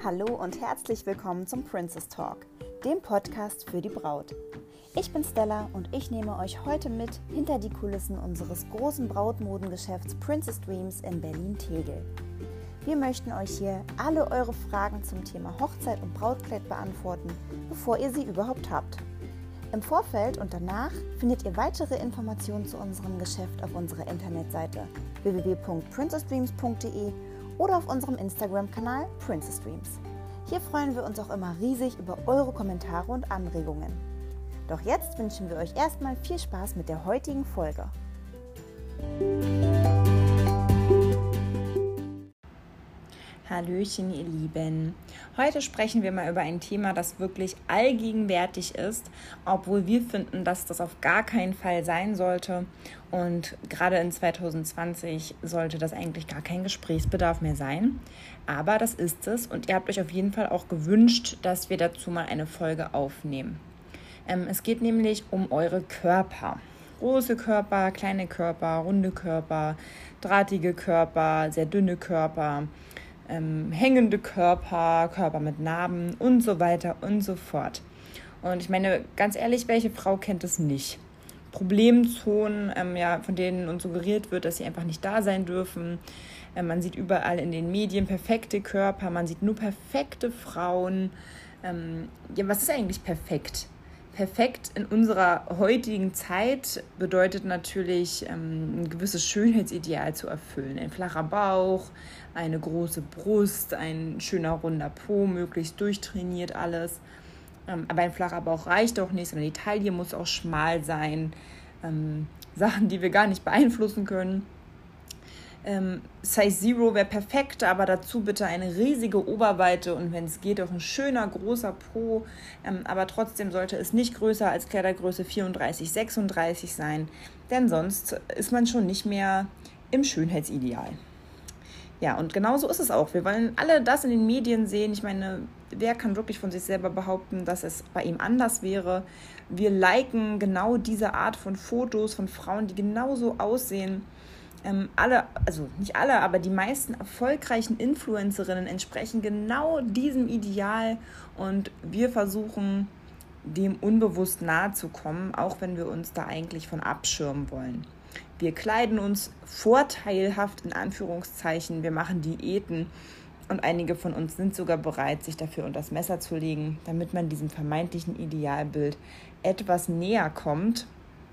Hallo und herzlich willkommen zum Princess Talk, dem Podcast für die Braut. Ich bin Stella und ich nehme euch heute mit hinter die Kulissen unseres großen Brautmodengeschäfts Princess Dreams in Berlin-Tegel. Wir möchten euch hier alle eure Fragen zum Thema Hochzeit und Brautkleid beantworten, bevor ihr sie überhaupt habt. Im Vorfeld und danach findet ihr weitere Informationen zu unserem Geschäft auf unserer Internetseite www.princessdreams.de oder auf unserem Instagram-Kanal Princess Dreams. Hier freuen wir uns auch immer riesig über eure Kommentare und Anregungen. Doch jetzt wünschen wir euch erstmal viel Spaß mit der heutigen Folge. Hallöchen, ihr Lieben. Heute sprechen wir mal über ein Thema, das wirklich allgegenwärtig ist, obwohl wir finden, dass das auf gar keinen Fall sein sollte. Und gerade in 2020 sollte das eigentlich gar kein Gesprächsbedarf mehr sein. Aber das ist es und ihr habt euch auf jeden Fall auch gewünscht, dass wir dazu mal eine Folge aufnehmen. Es geht nämlich um eure Körper. Große Körper, kleine Körper, runde Körper, drahtige Körper, sehr dünne Körper, hängende Körper, Körper mit Narben und so weiter und so fort. Und ich meine, ganz ehrlich, welche Frau kennt es nicht? Problemzonen, von denen uns suggeriert wird, dass sie einfach nicht da sein dürfen. Man sieht überall in den Medien perfekte Körper, man sieht nur perfekte Frauen. Was ist eigentlich perfekt? Perfekt in unserer heutigen Zeit bedeutet natürlich, ein gewisses Schönheitsideal zu erfüllen. Ein flacher Bauch, eine große Brust, ein schöner runder Po, möglichst durchtrainiert alles. Aber ein flacher Bauch reicht auch nicht, sondern die Taille muss auch schmal sein. Sachen, die wir gar nicht beeinflussen können. Size Zero wäre perfekt, aber dazu bitte eine riesige Oberweite und wenn es geht auch ein schöner großer Po, aber trotzdem sollte es nicht größer als Kleidergröße 34, 36 sein, denn sonst ist man schon nicht mehr im Schönheitsideal. Ja, und genau so ist es auch. Wir wollen alle das in den Medien sehen. Ich meine, wer kann wirklich von sich selber behaupten, dass es bei ihm anders wäre? Wir liken genau diese Art von Fotos von Frauen, die genauso aussehen. Nicht alle, aber die meisten erfolgreichen Influencerinnen entsprechen genau diesem Ideal und wir versuchen, dem unbewusst nahe zu kommen, auch wenn wir uns da eigentlich von abschirmen wollen. Wir kleiden uns vorteilhaft in Anführungszeichen, wir machen Diäten und einige von uns sind sogar bereit, sich dafür unter das Messer zu legen, damit man diesem vermeintlichen Idealbild etwas näher kommt.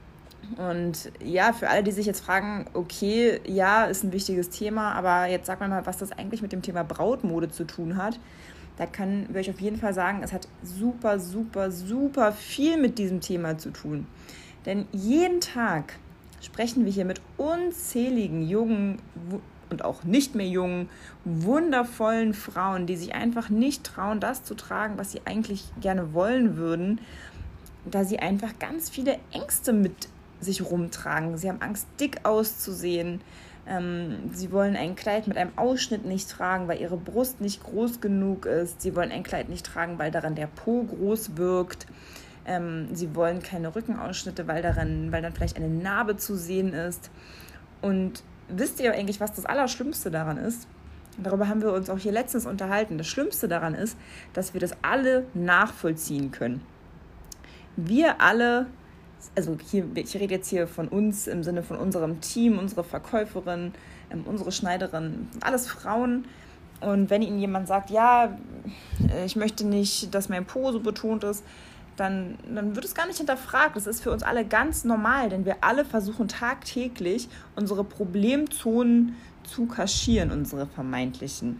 Und ja, für alle, die sich jetzt fragen, okay, ja, ist ein wichtiges Thema, aber jetzt sag mal, was das eigentlich mit dem Thema Brautmode zu tun hat. Da können wir euch auf jeden Fall sagen, es hat super, super, super viel mit diesem Thema zu tun. Denn jeden Tag sprechen wir hier mit unzähligen jungen und auch nicht mehr jungen, wundervollen Frauen, die sich einfach nicht trauen, das zu tragen, was sie eigentlich gerne wollen würden, da sie einfach ganz viele Ängste mit sich rumtragen. Sie haben Angst, dick auszusehen. Sie wollen ein Kleid mit einem Ausschnitt nicht tragen, weil ihre Brust nicht groß genug ist. Sie wollen ein Kleid nicht tragen, weil daran der Po groß wirkt. Sie wollen keine Rückenausschnitte, weil dann vielleicht eine Narbe zu sehen ist. Und wisst ihr eigentlich, was das Allerschlimmste daran ist? Darüber haben wir uns auch hier letztens unterhalten. Das Schlimmste daran ist, dass wir das alle nachvollziehen können. Wir alle, ich rede jetzt hier von uns im Sinne von unserem Team, unsere Verkäuferin, unsere Schneiderin, alles Frauen. Und wenn ihnen jemand sagt, ja, ich möchte nicht, dass mein Po so betont ist, dann wird es gar nicht hinterfragt. Das ist für uns alle ganz normal, denn wir alle versuchen tagtäglich, unsere Problemzonen zu kaschieren, unsere vermeintlichen.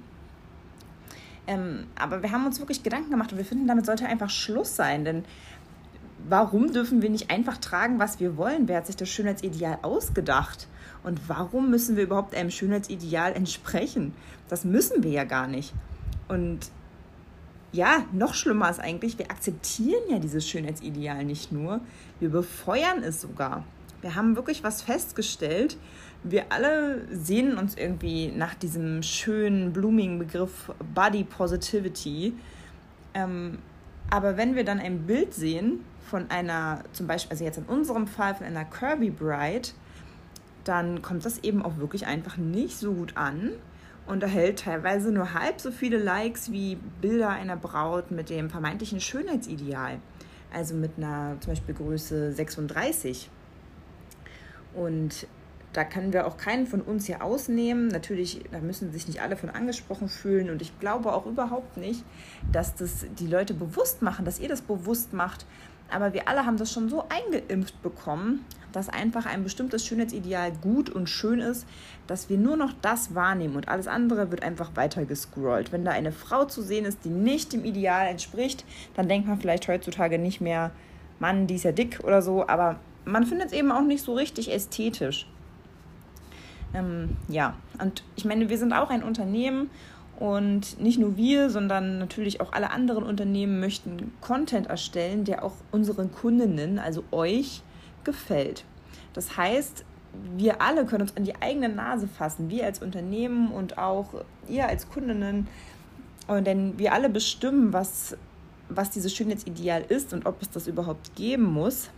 Aber wir haben uns wirklich Gedanken gemacht und wir finden, damit sollte einfach Schluss sein, denn warum dürfen wir nicht einfach tragen, was wir wollen? Wer hat sich das Schönheitsideal ausgedacht? Und warum müssen wir überhaupt einem Schönheitsideal entsprechen? Das müssen wir ja gar nicht. Und ja, noch schlimmer ist eigentlich, wir akzeptieren ja dieses Schönheitsideal nicht nur, wir befeuern es sogar. Wir haben wirklich was festgestellt. Wir alle sehnen uns irgendwie nach diesem schönen, blumigen Begriff Body Positivity. Aber wenn wir dann ein Bild sehen von einer, zum Beispiel, also jetzt in unserem Fall von einer Curvy Bride, dann kommt das eben auch wirklich einfach nicht so gut an. und erhält teilweise nur halb so viele Likes wie Bilder einer Braut mit dem vermeintlichen Schönheitsideal, also mit einer zum Beispiel Größe 36. Und da können wir auch keinen von uns hier ausnehmen. Natürlich, da müssen sich nicht alle von angesprochen fühlen. Und ich glaube auch überhaupt nicht, dass das die Leute bewusst machen, dass ihr das bewusst macht. Aber wir alle haben das schon so eingeimpft bekommen, dass einfach ein bestimmtes Schönheitsideal gut und schön ist, dass wir nur noch das wahrnehmen und alles andere wird einfach weiter gescrollt. Wenn da eine Frau zu sehen ist, die nicht dem Ideal entspricht, dann denkt man vielleicht heutzutage nicht mehr, Mann, die ist ja dick oder so, aber man findet es eben auch nicht so richtig ästhetisch. Und ich meine, wir sind auch ein Unternehmen und nicht nur wir, sondern natürlich auch alle anderen Unternehmen möchten Content erstellen, der auch unseren Kundinnen, also euch, gefällt. Das heißt, wir alle können uns an die eigene Nase fassen, wir als Unternehmen und auch ihr als Kundinnen, denn wir alle bestimmen, was dieses Schönheitsideal ist und ob es das überhaupt geben muss.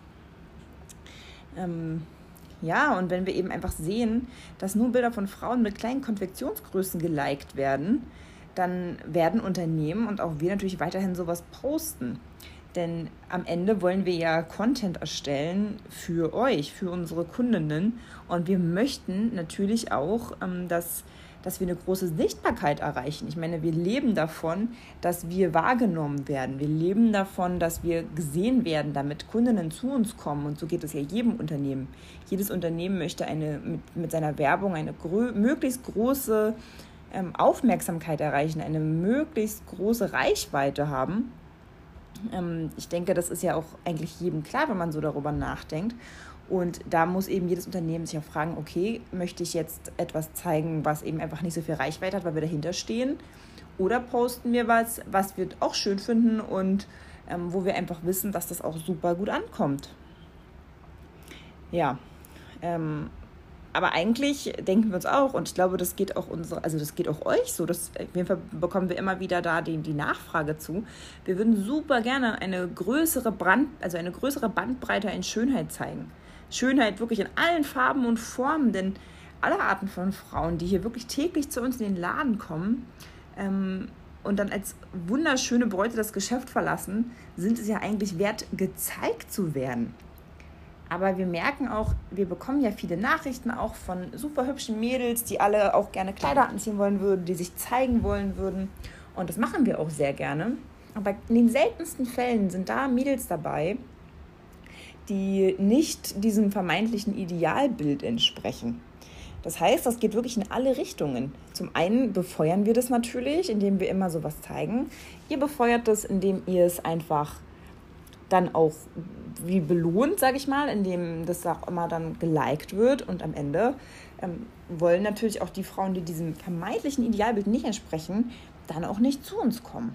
Und wenn wir eben einfach sehen, dass nur Bilder von Frauen mit kleinen Konfektionsgrößen geliked werden, dann werden Unternehmen und auch wir natürlich weiterhin sowas posten. Denn am Ende wollen wir ja Content erstellen für euch, für unsere Kundinnen. Und wir möchten natürlich auch, dass wir eine große Sichtbarkeit erreichen. Ich meine, wir leben davon, dass wir wahrgenommen werden. Wir leben davon, dass wir gesehen werden, damit Kundinnen zu uns kommen. Und so geht es ja jedem Unternehmen. Jedes Unternehmen möchte mit seiner Werbung eine möglichst große Aufmerksamkeit erreichen, eine möglichst große Reichweite haben. Ich denke, das ist ja auch eigentlich jedem klar, wenn man so darüber nachdenkt. Und da muss eben jedes Unternehmen sich auch fragen, okay, möchte ich jetzt etwas zeigen, was eben einfach nicht so viel Reichweite hat, weil wir dahinter stehen? Oder posten wir was wir auch schön finden und wo wir einfach wissen, dass das auch super gut ankommt? Aber eigentlich denken wir uns auch, und ich glaube, das geht auch das geht auch euch so, auf jeden Fall bekommen wir immer wieder da die Nachfrage zu. Wir würden super gerne eine größere Bandbreite in Schönheit zeigen. Schönheit wirklich in allen Farben und Formen, denn alle Arten von Frauen, die hier wirklich täglich zu uns in den Laden kommen und dann als wunderschöne Bräute das Geschäft verlassen, sind es ja eigentlich wert, gezeigt zu werden. Aber wir merken auch, wir bekommen ja viele Nachrichten auch von super hübschen Mädels, die alle auch gerne Kleider anziehen wollen würden, die sich zeigen wollen würden. Und das machen wir auch sehr gerne. Aber in den seltensten Fällen sind da Mädels dabei, die nicht diesem vermeintlichen Idealbild entsprechen. Das heißt, das geht wirklich in alle Richtungen. Zum einen befeuern wir das natürlich, indem wir immer sowas zeigen. Ihr befeuert das, indem ihr es einfach dann auch wie belohnt, sage ich mal, indem das auch immer dann geliked wird. Und am Ende wollen natürlich auch die Frauen, die diesem vermeintlichen Idealbild nicht entsprechen, dann auch nicht zu uns kommen,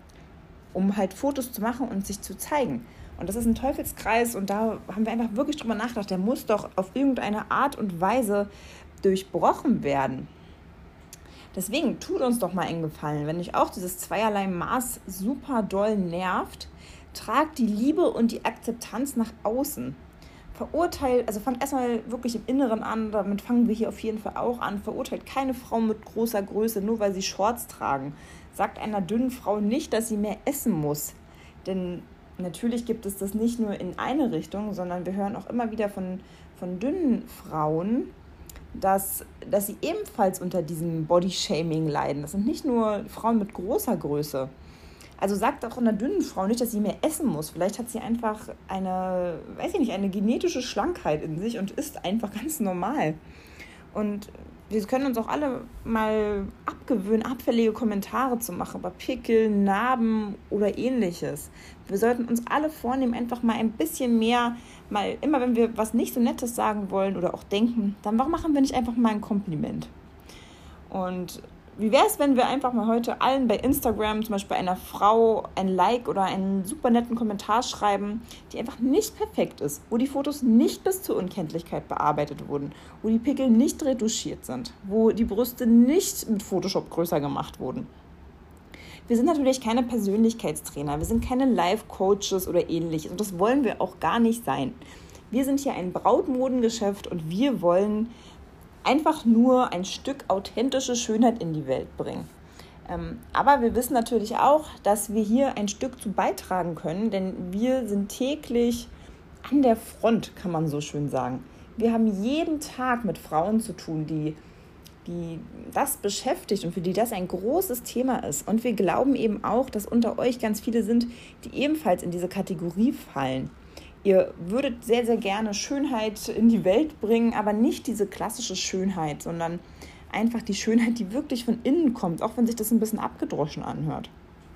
um halt Fotos zu machen und sich zu zeigen. Und das ist ein Teufelskreis und da haben wir einfach wirklich drüber nachgedacht, der muss doch auf irgendeine Art und Weise durchbrochen werden. Deswegen tut uns doch mal einen Gefallen, wenn euch auch dieses zweierlei Maß super nervt, tragt die Liebe und die Akzeptanz nach außen. Fangt erstmal wirklich im Inneren an, damit fangen wir hier auf jeden Fall auch an. Verurteilt keine Frau mit großer Größe, nur weil sie Shorts tragen. Sagt einer dünnen Frau nicht, dass sie mehr essen muss. Denn natürlich gibt es das nicht nur in eine Richtung, sondern wir hören auch immer wieder von dünnen Frauen, dass sie ebenfalls unter diesem Bodyshaming leiden. Das sind nicht nur Frauen mit großer Größe. Also sagt auch einer dünnen Frau nicht, dass sie mehr essen muss. Vielleicht hat sie einfach eine genetische Schlankheit in sich und ist einfach ganz normal. Und wir können uns auch alle mal abgewöhnen, abfällige Kommentare zu machen über Pickel, Narben oder ähnliches. Wir sollten uns alle vornehmen, einfach mal ein bisschen mehr, immer wenn wir was nicht so Nettes sagen wollen oder auch denken, dann warum machen wir nicht einfach mal ein Kompliment? Und wie wäre es, wenn wir einfach mal heute allen bei Instagram, zum Beispiel einer Frau, ein Like oder einen super netten Kommentar schreiben, die einfach nicht perfekt ist, wo die Fotos nicht bis zur Unkenntlichkeit bearbeitet wurden, wo die Pickel nicht retuschiert sind, wo die Brüste nicht mit Photoshop größer gemacht wurden. Wir sind natürlich keine Persönlichkeitstrainer, wir sind keine Life-Coaches oder ähnliches und das wollen wir auch gar nicht sein. Wir sind hier ein Brautmodengeschäft und wir wollen einfach nur ein Stück authentische Schönheit in die Welt bringen. Aber wir wissen natürlich auch, dass wir hier ein Stück zu beitragen können, denn wir sind täglich an der Front, kann man so schön sagen. Wir haben jeden Tag mit Frauen zu tun, die das beschäftigt und für die das ein großes Thema ist. Und wir glauben eben auch, dass unter euch ganz viele sind, die ebenfalls in diese Kategorie fallen. Ihr würdet sehr, sehr gerne Schönheit in die Welt bringen, aber nicht diese klassische Schönheit, sondern einfach die Schönheit, die wirklich von innen kommt, auch wenn sich das ein bisschen abgedroschen anhört.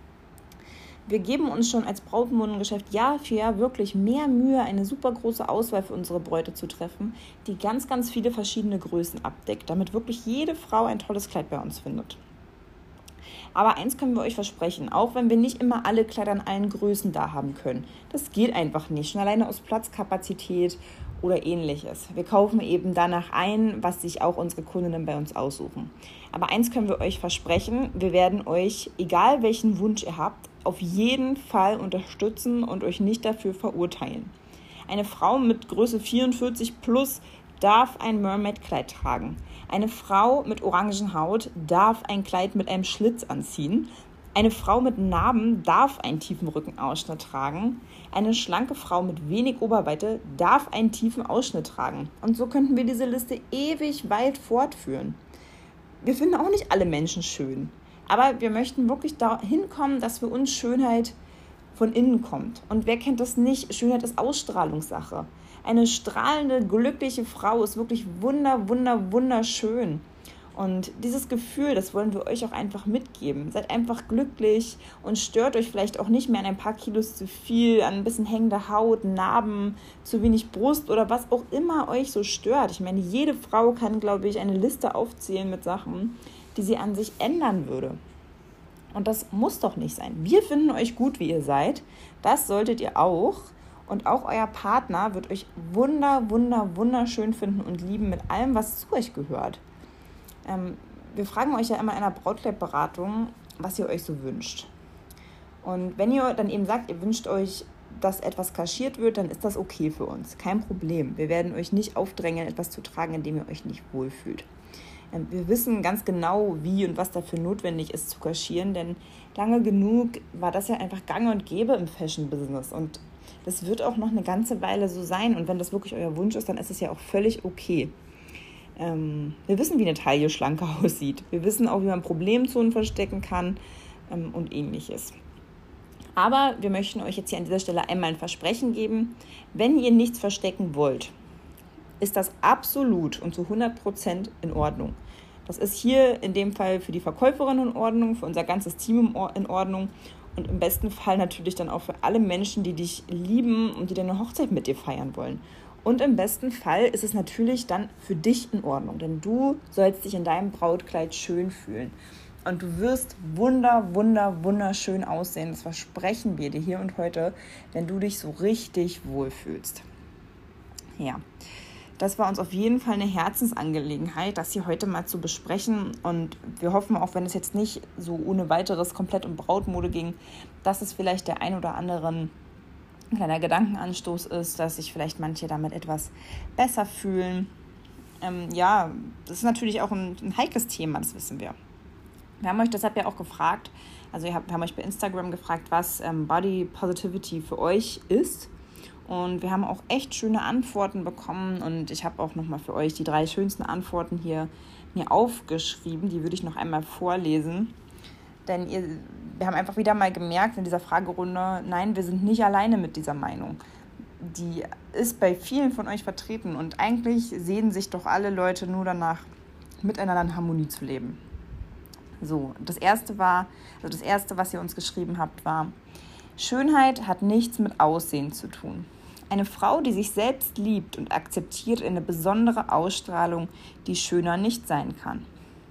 Wir geben uns schon als Brautmodengeschäft Jahr für Jahr wirklich mehr Mühe, eine super große Auswahl für unsere Bräute zu treffen, die ganz, ganz viele verschiedene Größen abdeckt, damit wirklich jede Frau ein tolles Kleid bei uns findet. Aber eins können wir euch versprechen, auch wenn wir nicht immer alle Kleider in allen Größen da haben können. Das geht einfach nicht, schon alleine aus Platzkapazität oder ähnliches. Wir kaufen eben danach ein, was sich auch unsere Kundinnen bei uns aussuchen. Aber eins können wir euch versprechen, wir werden euch, egal welchen Wunsch ihr habt, auf jeden Fall unterstützen und euch nicht dafür verurteilen. Eine Frau mit Größe 44 plus darf ein Mermaid-Kleid tragen. Eine Frau mit orangen Haut darf ein Kleid mit einem Schlitz anziehen. Eine Frau mit Narben darf einen tiefen Rückenausschnitt tragen. Eine schlanke Frau mit wenig Oberweite darf einen tiefen Ausschnitt tragen. Und so könnten wir diese Liste ewig weit fortführen. Wir finden auch nicht alle Menschen schön. Aber wir möchten wirklich dahin kommen, dass für uns Schönheit von innen kommt. Und wer kennt das nicht? Schönheit ist Ausstrahlungssache. Eine strahlende, glückliche Frau ist wirklich wunderschön. Und dieses Gefühl, das wollen wir euch auch einfach mitgeben. Seid einfach glücklich und stört euch vielleicht auch nicht mehr an ein paar Kilos zu viel, an ein bisschen hängender Haut, Narben, zu wenig Brust oder was auch immer euch so stört. Ich meine, jede Frau kann, glaube ich, eine Liste aufzählen mit Sachen, die sie an sich ändern würde. Und das muss doch nicht sein. Wir finden euch gut, wie ihr seid. Das solltet ihr auch. Und auch euer Partner wird euch wunderschön finden und lieben mit allem, was zu euch gehört. Wir fragen euch ja immer in einer Brautkleidberatung, was ihr euch so wünscht. Und wenn ihr dann eben sagt, ihr wünscht euch, dass etwas kaschiert wird, dann ist das okay für uns. Kein Problem. Wir werden euch nicht aufdrängen, etwas zu tragen, in dem ihr euch nicht wohlfühlt. Wir wissen ganz genau, wie und was dafür notwendig ist zu kaschieren, denn lange genug war das ja einfach gang und gäbe im Fashion-Business und das wird auch noch eine ganze Weile so sein und wenn das wirklich euer Wunsch ist, dann ist es ja auch völlig okay. Wir wissen, wie eine Taille schlanker aussieht. Wir wissen auch, wie man Problemzonen verstecken kann und ähnliches. Aber wir möchten euch jetzt hier an dieser Stelle einmal ein Versprechen geben, wenn ihr nichts verstecken wollt, ist das absolut und zu 100% in Ordnung. Das ist hier in dem Fall für die Verkäuferin in Ordnung, für unser ganzes Team in Ordnung und im besten Fall natürlich dann auch für alle Menschen, die dich lieben und die deine Hochzeit mit dir feiern wollen. Und im besten Fall ist es natürlich dann für dich in Ordnung, denn du sollst dich in deinem Brautkleid schön fühlen. Und du wirst wunderschön aussehen, das versprechen wir dir hier und heute, wenn du dich so richtig wohlfühlst. Ja. Das war uns auf jeden Fall eine Herzensangelegenheit, das hier heute mal zu besprechen. Und wir hoffen, auch wenn es jetzt nicht so ohne weiteres komplett um Brautmode ging, dass es vielleicht der ein oder anderen ein kleiner Gedankenanstoß ist, dass sich vielleicht manche damit etwas besser fühlen. Ja, das ist natürlich auch ein heikles Thema, das wissen wir. Wir haben euch deshalb ja auch gefragt, also wir haben euch bei Instagram gefragt, was Body Positivity für euch ist. Und wir haben auch echt schöne Antworten bekommen und ich habe auch nochmal für euch die 3 schönsten Antworten hier mir aufgeschrieben. Die würde ich noch einmal vorlesen. Denn wir haben einfach wieder mal gemerkt in dieser Fragerunde, nein, wir sind nicht alleine mit dieser Meinung. Die ist bei vielen von euch vertreten und eigentlich sehnen sich doch alle Leute nur danach, miteinander in Harmonie zu leben. So, das erste, was ihr uns geschrieben habt, war: Schönheit hat nichts mit Aussehen zu tun. Eine Frau, die sich selbst liebt und akzeptiert, eine besondere Ausstrahlung, die schöner nicht sein kann.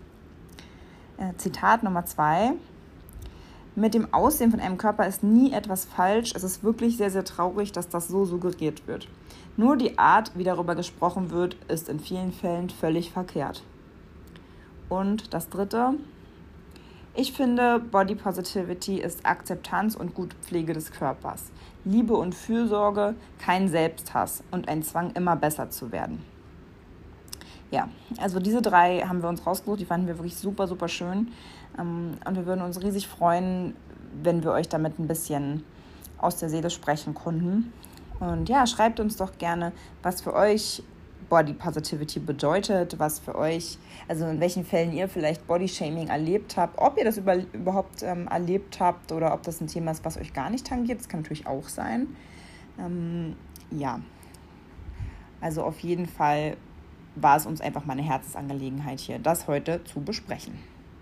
Zitat Nummer 2. Mit dem Aussehen von einem Körper ist nie etwas falsch. Es ist wirklich sehr, sehr traurig, dass das so suggeriert wird. Nur die Art, wie darüber gesprochen wird, ist in vielen Fällen völlig verkehrt. Und das 3. Ich finde, Body Positivity ist Akzeptanz und gute Pflege des Körpers. Liebe und Fürsorge, kein Selbsthass und ein Zwang, immer besser zu werden. Ja, also diese 3 haben wir uns rausgesucht, die fanden wir wirklich super, super schön. Und wir würden uns riesig freuen, wenn wir euch damit ein bisschen aus der Seele sprechen konnten. Und ja, schreibt uns doch gerne, was für euch Body Positivity bedeutet, was für euch, also in welchen Fällen ihr vielleicht Bodyshaming erlebt habt, ob ihr das überhaupt erlebt habt oder ob das ein Thema ist, was euch gar nicht tangiert. Das kann natürlich auch sein. Ja, also auf jeden Fall war es uns einfach mal eine Herzensangelegenheit hier, das heute zu besprechen.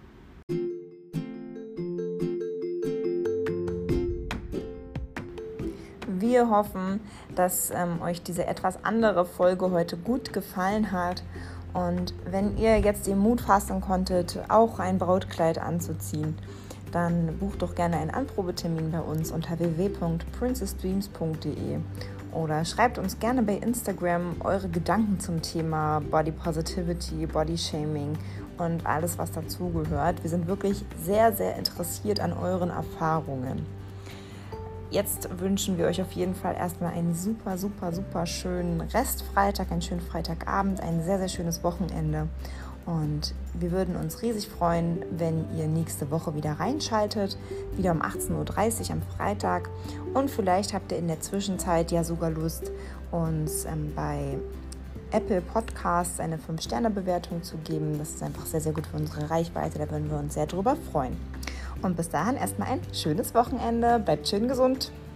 Wir hoffen, dass euch diese etwas andere Folge heute gut gefallen hat. Und wenn ihr jetzt den Mut fassen konntet, auch ein Brautkleid anzuziehen, dann bucht doch gerne einen Anprobetermin bei uns unter www.princessdreams.de oder schreibt uns gerne bei Instagram eure Gedanken zum Thema Body Positivity, Body Shaming und alles, was dazugehört. Wir sind wirklich sehr, sehr interessiert an euren Erfahrungen. Jetzt wünschen wir euch auf jeden Fall erstmal einen super, super, super schönen Restfreitag, einen schönen Freitagabend, ein sehr, sehr schönes Wochenende. Und wir würden uns riesig freuen, wenn ihr nächste Woche wieder reinschaltet, wieder um 18.30 Uhr am Freitag. Und vielleicht habt ihr in der Zwischenzeit ja sogar Lust, uns bei Apple Podcasts eine 5-Sterne-Bewertung zu geben. Das ist einfach sehr, sehr gut für unsere Reichweite, da würden wir uns sehr drüber freuen. Und bis dahin erstmal ein schönes Wochenende. Bleibt schön gesund.